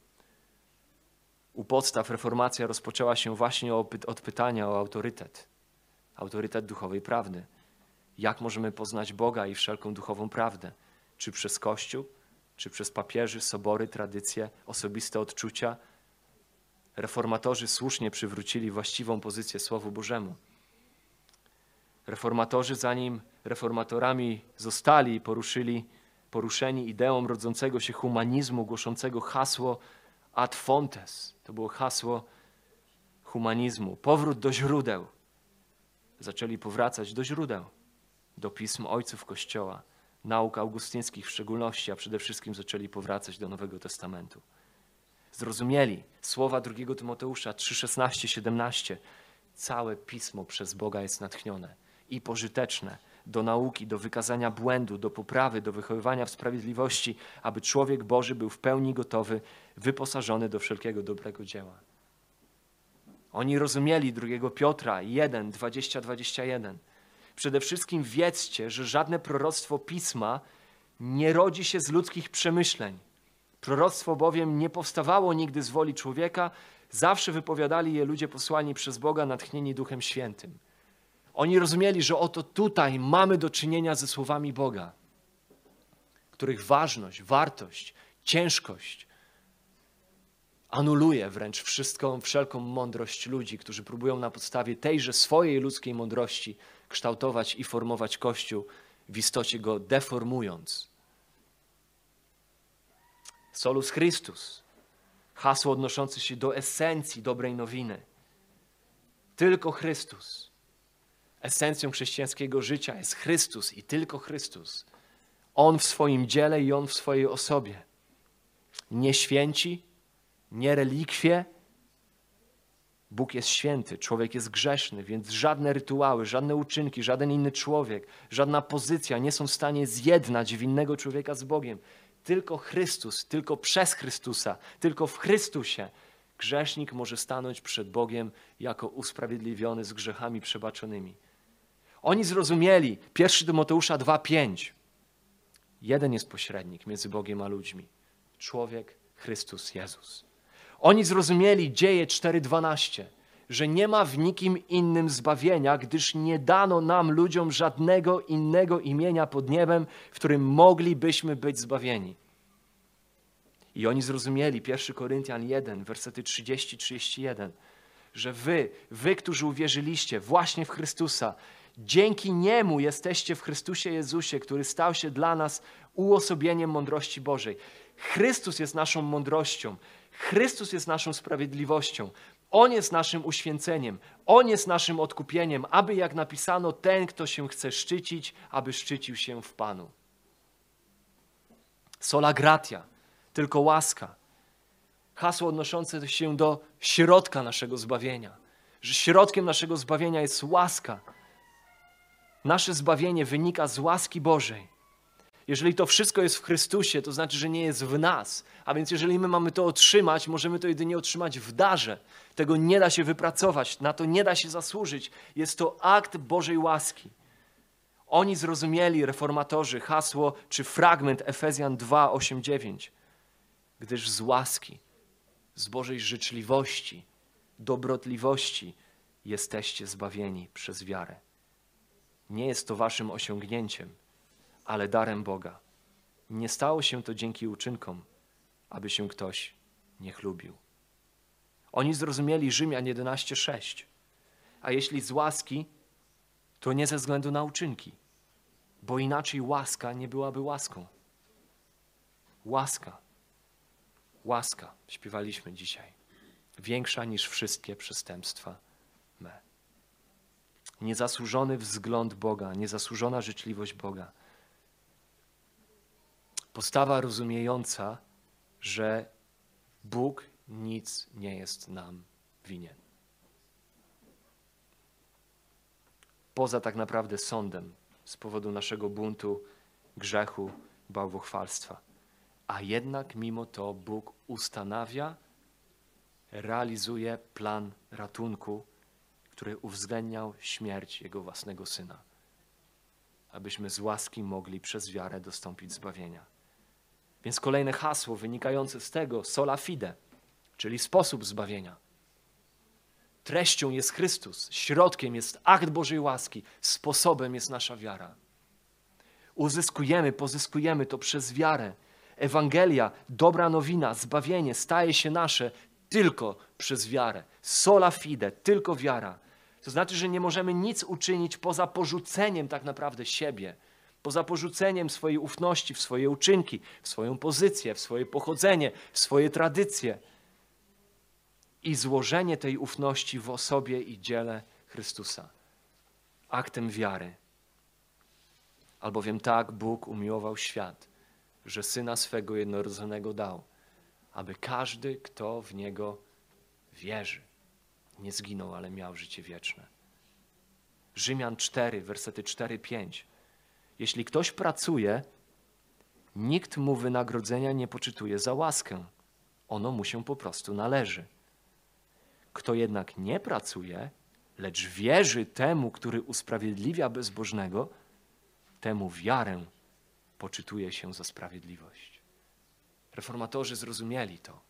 U podstaw reformacja rozpoczęła się właśnie od pytania o autorytet. Autorytet duchowej prawdy. Jak możemy poznać Boga i wszelką duchową prawdę? Czy przez Kościół, czy przez papieży, sobory, tradycje, osobiste odczucia? Reformatorzy słusznie przywrócili właściwą pozycję Słowu Bożemu. Reformatorzy, zanim reformatorami zostali, poruszyli, poruszeni ideą rodzącego się humanizmu, głoszącego hasło ad fontes. To było hasło humanizmu. Powrót do źródeł. Zaczęli powracać do źródeł, do pism ojców Kościoła, nauk augustyńskich w szczególności, a przede wszystkim zaczęli powracać do Nowego Testamentu. Zrozumieli słowa drugiego Tymoteusza trzy, szesnaście, siedemnaście. Całe Pismo przez Boga jest natchnione i pożyteczne do nauki, do wykazania błędu, do poprawy, do wychowywania w sprawiedliwości, aby człowiek Boży był w pełni gotowy, wyposażony do wszelkiego dobrego dzieła. Oni rozumieli drugiego Piotra jeden, dwadzieścia, dwadzieścia jeden. Przede wszystkim wiedzcie, że żadne proroctwo Pisma nie rodzi się z ludzkich przemyśleń. Proroctwo bowiem nie powstawało nigdy z woli człowieka, zawsze wypowiadali je ludzie posłani przez Boga, natchnieni Duchem Świętym. Oni rozumieli, że oto tutaj mamy do czynienia ze słowami Boga, których ważność, wartość, ciężkość anuluje wręcz wszystką, wszelką mądrość ludzi, którzy próbują na podstawie tejże swojej ludzkiej mądrości kształtować i formować Kościół, w istocie go deformując. Solus Christus, hasło odnoszące się do esencji dobrej nowiny. Tylko Chrystus. Esencją chrześcijańskiego życia jest Chrystus i tylko Chrystus. On w swoim dziele i On w swojej osobie. Nie święci, nie relikwie. Bóg jest święty, człowiek jest grzeszny, więc żadne rytuały, żadne uczynki, żaden inny człowiek, żadna pozycja nie są w stanie zjednać winnego człowieka z Bogiem. Tylko Chrystus, tylko przez Chrystusa, tylko w Chrystusie grzesznik może stanąć przed Bogiem jako usprawiedliwiony z grzechami przebaczonymi. Oni zrozumieli, pierwszy Tymoteusza dwa, pięć. Jeden jest pośrednik między Bogiem a ludźmi. Człowiek, Chrystus Jezus. Oni zrozumieli dzieje cztery, dwanaście, że nie ma w nikim innym zbawienia, gdyż nie dano nam ludziom żadnego innego imienia pod niebem, w którym moglibyśmy być zbawieni. I oni zrozumieli, pierwszy Koryntian jeden, wersety trzydzieści, trzydzieści jeden, że wy, wy, którzy uwierzyliście właśnie w Chrystusa, dzięki Niemu jesteście w Chrystusie Jezusie, który stał się dla nas uosobieniem mądrości Bożej. Chrystus jest naszą mądrością. Chrystus jest naszą sprawiedliwością. On jest naszym uświęceniem. On jest naszym odkupieniem, aby jak napisano, ten, kto się chce szczycić, aby szczycił się w Panu. Sola gratia, tylko łaska. Hasło odnoszące się do środka naszego zbawienia. Że środkiem naszego zbawienia jest łaska. Nasze zbawienie wynika z łaski Bożej. Jeżeli to wszystko jest w Chrystusie, to znaczy, że nie jest w nas. A więc jeżeli my mamy to otrzymać, możemy to jedynie otrzymać w darze. Tego nie da się wypracować, na to nie da się zasłużyć. Jest to akt Bożej łaski. Oni zrozumieli, reformatorzy, hasło czy fragment Efezjan dwa, osiem, dziewięć. Gdyż z łaski, z Bożej życzliwości, dobrotliwości jesteście zbawieni przez wiarę. Nie jest to waszym osiągnięciem, ale darem Boga. Nie stało się to dzięki uczynkom, aby się ktoś nie chlubił. Oni zrozumieli Rzymian jedenaście, sześć. A jeśli z łaski, to nie ze względu na uczynki, bo inaczej łaska nie byłaby łaską. Łaska. Łaska, śpiewaliśmy dzisiaj. Większa niż wszystkie przestępstwa me. Niezasłużony wzgląd Boga, niezasłużona życzliwość Boga. Postawa rozumiejąca, że Bóg nic nie jest nam winien. Poza tak naprawdę sądem z powodu naszego buntu, grzechu, bałwochwalstwa. A jednak mimo to Bóg ustanawia, realizuje plan ratunku, który uwzględniał śmierć Jego własnego Syna, abyśmy z łaski mogli przez wiarę dostąpić zbawienia. Więc kolejne hasło wynikające z tego, sola fide, czyli sposób zbawienia. Treścią jest Chrystus, środkiem jest akt Bożej łaski, sposobem jest nasza wiara. Uzyskujemy, pozyskujemy to przez wiarę. Ewangelia, dobra nowina, zbawienie staje się nasze tylko przez wiarę. Sola fide, tylko wiara. To znaczy, że nie możemy nic uczynić poza porzuceniem tak naprawdę siebie, poza porzuceniem swojej ufności w swoje uczynki, w swoją pozycję, w swoje pochodzenie, w swoje tradycje i złożenie tej ufności w osobie i dziele Chrystusa. Aktem wiary. Albowiem tak Bóg umiłował świat, że Syna swego jednorodzonego dał, aby każdy, kto w Niego wierzy, nie zginął, ale miał życie wieczne. Rzymian cztery, wersety cztery pięć. Jeśli ktoś pracuje, nikt mu wynagrodzenia nie poczytuje za łaskę. Ono mu się po prostu należy. Kto jednak nie pracuje, lecz wierzy temu, który usprawiedliwia bezbożnego, temu wiarę poczytuje się za sprawiedliwość. Reformatorzy zrozumieli to,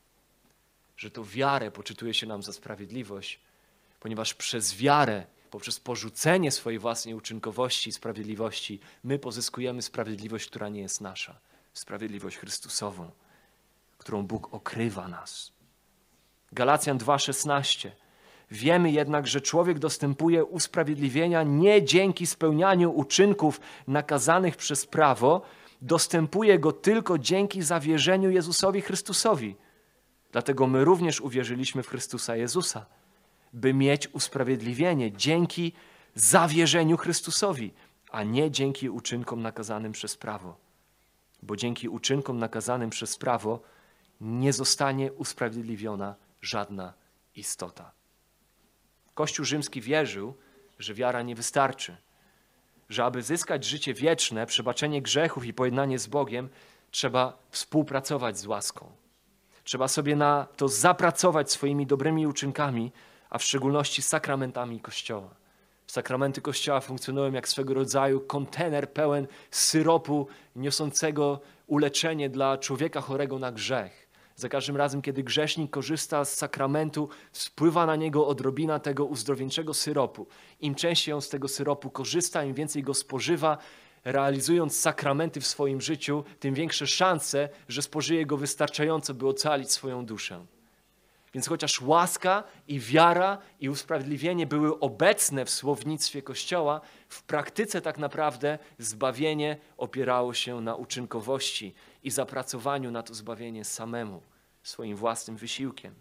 że to wiarę poczytuje się nam za sprawiedliwość, ponieważ przez wiarę, poprzez porzucenie swojej własnej uczynkowości i sprawiedliwości, my pozyskujemy sprawiedliwość, która nie jest nasza. Sprawiedliwość Chrystusową, którą Bóg okrywa nas. Galacjan dwa szesnaście. Wiemy jednak, że człowiek dostępuje usprawiedliwienia nie dzięki spełnianiu uczynków nakazanych przez prawo, dostępuje go tylko dzięki zawierzeniu Jezusowi Chrystusowi. Dlatego my również uwierzyliśmy w Chrystusa Jezusa, by mieć usprawiedliwienie dzięki zawierzeniu Chrystusowi, a nie dzięki uczynkom nakazanym przez prawo. Bo dzięki uczynkom nakazanym przez prawo nie zostanie usprawiedliwiona żadna istota. Kościół rzymski wierzył, że wiara nie wystarczy, że aby zyskać życie wieczne, przebaczenie grzechów i pojednanie z Bogiem, trzeba współpracować z łaską. Trzeba sobie na to zapracować swoimi dobrymi uczynkami, a w szczególności sakramentami Kościoła. Sakramenty Kościoła funkcjonują jak swego rodzaju kontener pełen syropu niosącego uleczenie dla człowieka chorego na grzech. Za każdym razem, kiedy grzesznik korzysta z sakramentu, spływa na niego odrobina tego uzdrowieńczego syropu. Im częściej on z tego syropu korzysta, im więcej go spożywa, realizując sakramenty w swoim życiu, tym większe szanse, że spożyje go wystarczająco, by ocalić swoją duszę. Więc chociaż łaska i wiara i usprawiedliwienie były obecne w słownictwie Kościoła, w praktyce tak naprawdę zbawienie opierało się na uczynkowości i zapracowaniu na to zbawienie samemu, swoim własnym wysiłkiem.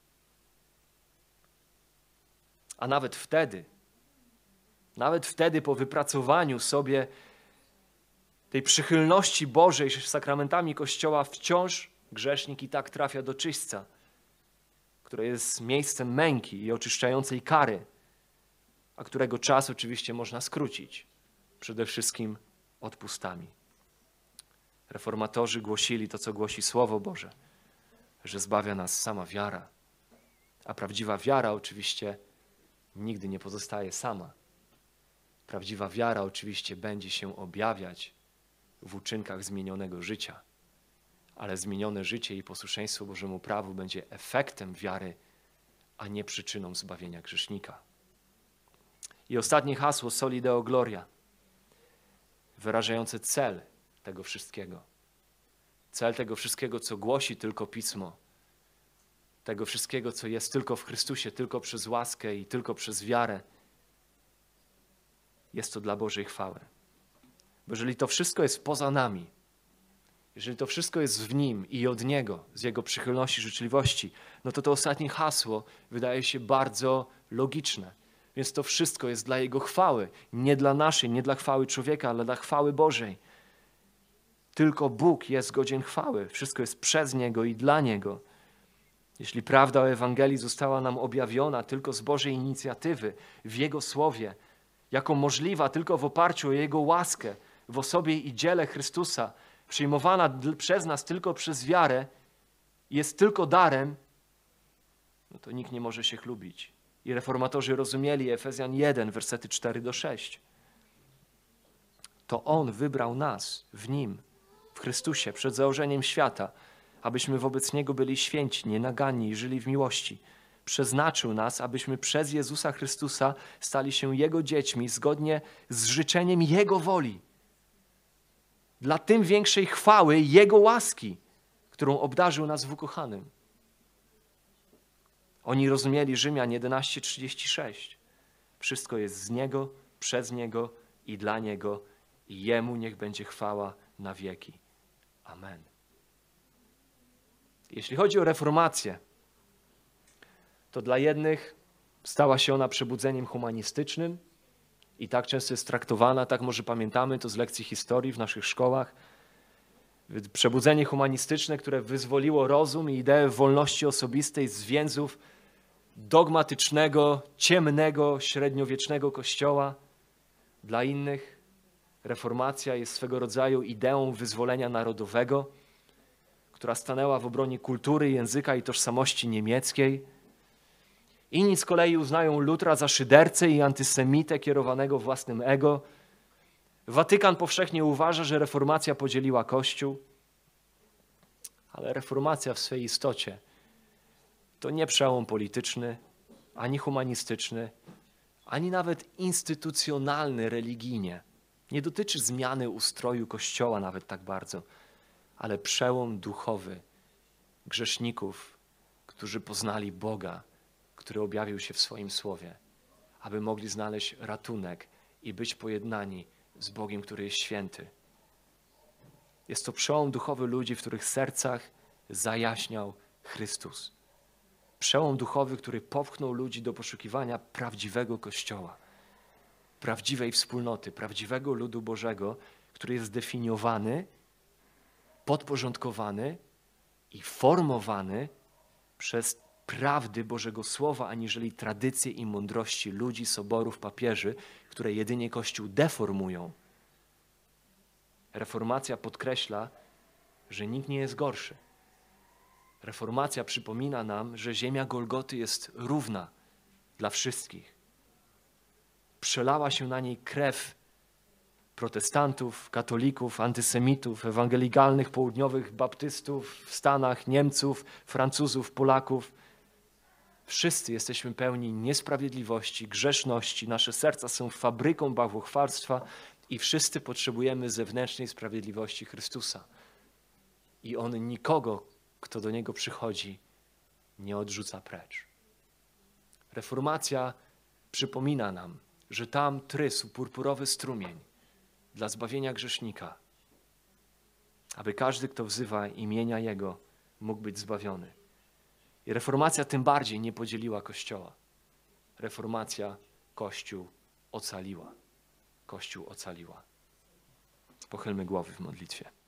A nawet wtedy, nawet wtedy po wypracowaniu sobie tej przychylności Bożej sakramentami Kościoła, wciąż grzesznik i tak trafia do czyśćca, które jest miejscem męki i oczyszczającej kary, a którego czas oczywiście można skrócić, przede wszystkim odpustami. Reformatorzy głosili to, co głosi Słowo Boże, że zbawia nas sama wiara, a prawdziwa wiara oczywiście nigdy nie pozostaje sama. Prawdziwa wiara oczywiście będzie się objawiać w uczynkach zmienionego życia, ale zmienione życie i posłuszeństwo Bożemu prawu będzie efektem wiary, a nie przyczyną zbawienia grzesznika. I ostatnie hasło, Soli Deo Gloria, wyrażające cel tego wszystkiego. Cel tego wszystkiego, co głosi tylko Pismo. Tego wszystkiego, co jest tylko w Chrystusie, tylko przez łaskę i tylko przez wiarę. Jest to dla Bożej chwały. Bo jeżeli to wszystko jest poza nami, jeżeli to wszystko jest w Nim i od Niego, z Jego przychylności, życzliwości, no to to ostatnie hasło wydaje się bardzo logiczne. Więc to wszystko jest dla Jego chwały, nie dla naszej, nie dla chwały człowieka, ale dla chwały Bożej. Tylko Bóg jest godzien chwały. Wszystko jest przez Niego i dla Niego. Jeśli prawda o Ewangelii została nam objawiona tylko z Bożej inicjatywy, w Jego Słowie, jako możliwa tylko w oparciu o Jego łaskę, w osobie i dziele Chrystusa, przyjmowana przez nas tylko przez wiarę, jest tylko darem, no to nikt nie może się chlubić. I reformatorzy rozumieli Efezjan jeden, wersety cztery do sześciu. To On wybrał nas w Nim, w Chrystusie, przed założeniem świata, abyśmy wobec Niego byli święci, nienaganni i żyli w miłości. Przeznaczył nas, abyśmy przez Jezusa Chrystusa stali się Jego dziećmi zgodnie z życzeniem Jego woli. Dla tym większej chwały Jego łaski, którą obdarzył nas w ukochanym. Oni rozumieli Rzymian jedenaście trzydzieści sześć. Wszystko jest z Niego, przez Niego i dla Niego i Jemu niech będzie chwała na wieki. Amen. Jeśli chodzi o reformację, to dla jednych stała się ona przebudzeniem humanistycznym i tak często jest traktowana, tak może pamiętamy to z lekcji historii w naszych szkołach. Przebudzenie humanistyczne, które wyzwoliło rozum i ideę wolności osobistej z więzów dogmatycznego, ciemnego, średniowiecznego Kościoła. Dla innych reformacja jest swego rodzaju ideą wyzwolenia narodowego, która stanęła w obronie kultury, języka i tożsamości niemieckiej. Inni z kolei uznają Lutra za szydercę i antysemitę kierowanego własnym ego. Watykan powszechnie uważa, że reformacja podzieliła Kościół, ale reformacja w swej istocie to nie przełom polityczny, ani humanistyczny, ani nawet instytucjonalny religijnie. Nie dotyczy zmiany ustroju Kościoła nawet tak bardzo, ale przełom duchowy grzeszników, którzy poznali Boga, który objawił się w swoim Słowie, aby mogli znaleźć ratunek i być pojednani z Bogiem, który jest święty. Jest to przełom duchowy ludzi, w których sercach zajaśniał Chrystus. Przełom duchowy, który popchnął ludzi do poszukiwania prawdziwego Kościoła, prawdziwej wspólnoty, prawdziwego ludu Bożego, który jest zdefiniowany, podporządkowany i formowany przez prawdy Bożego Słowa, aniżeli tradycje i mądrości ludzi, soborów, papieży, które jedynie Kościół deformują. Reformacja podkreśla, że nikt nie jest gorszy. Reformacja przypomina nam, że ziemia Golgoty jest równa dla wszystkich. Przelała się na niej krew protestantów, katolików, antysemitów, ewangelikalnych, południowych baptystów w Stanach, Niemców, Francuzów, Polaków. Wszyscy jesteśmy pełni niesprawiedliwości, grzeszności. Nasze serca są fabryką bałwochwalstwa i wszyscy potrzebujemy zewnętrznej sprawiedliwości Chrystusa. I On nikogo, kto do Niego przychodzi, nie odrzuca precz. Reformacja przypomina nam, że tam trysł purpurowy strumień dla zbawienia grzesznika, aby każdy, kto wzywa imienia Jego, mógł być zbawiony. I reformacja tym bardziej nie podzieliła Kościoła. Reformacja Kościół ocaliła. Kościół ocaliła. Pochylmy głowy w modlitwie.